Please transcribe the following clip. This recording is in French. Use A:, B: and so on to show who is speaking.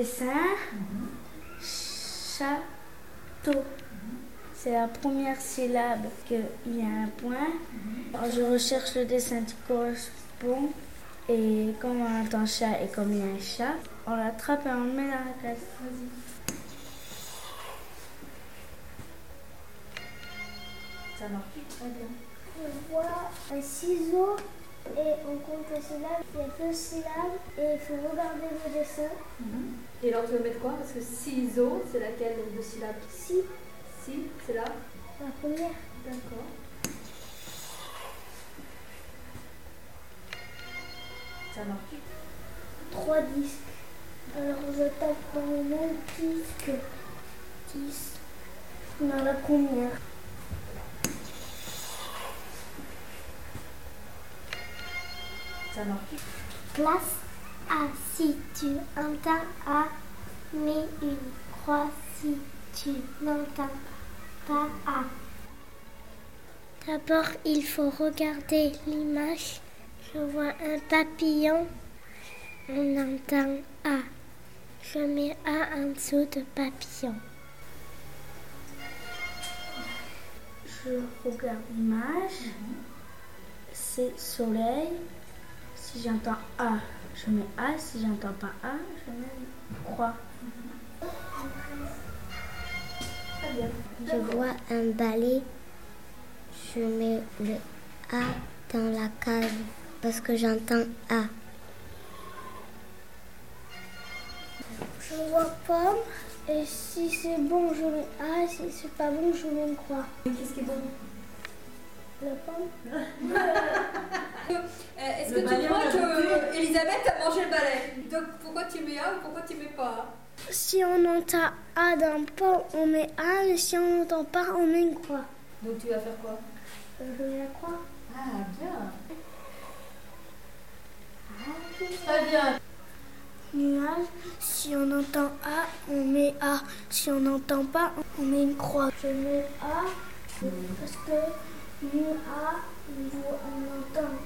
A: dessin. Château. C'est la première syllabe qu'il y a un point. Alors, je recherche le dessin qui correspond. Et comme on entend chat et comme il y a un chat, on l'attrape et on le met dans la case. Vas-y.
B: Ça marche très bien.
C: On voit un ciseau et on compte les syllabes. Il y a 2 syllabes et il faut regarder le dessin.
B: Et alors tu vas mettre quoi? Parce que ciseaux, c'est laquelle de syllabes?
C: Si,
B: Si, c'est là.
C: la première.
B: D'accord. Ça marche.
C: 3 disques. Alors je tape dans le même disque. 10. Dans la première.
B: Ça marche.
C: Place A si tu entends A. Mets une croix si tu n'entends pas A. D'abord, il faut regarder l'image. Je vois un papillon. On entend A. Je mets A en dessous de papillon.
A: Je regarde l'image. C'est soleil. Si j'entends A, je mets A. Si j'entends pas A, je mets une croix.
B: Très bien.
C: Je vois un balai. Je mets le A dans la case parce que j'entends A. Je vois pomme et si c'est bon, je mets A. Et si c'est pas bon, je mets une croix.
B: Qu'est-ce qui est bon?
C: La pomme.
B: Est-ce que tu crois que Elisabeth a mangé le balai? Donc pourquoi tu mets A ou pourquoi tu mets pas A?
C: Si on entend A dans pomme, on met A. Et si on n'entend pas, on met une croix.
B: Donc tu vas faire quoi?
C: Je mets la croix.
B: Ah, bien. Très bien.
C: Nuage, si on entend A, on met A. Si on n'entend pas, on met une croix. Je mets A parce que nous A, on entend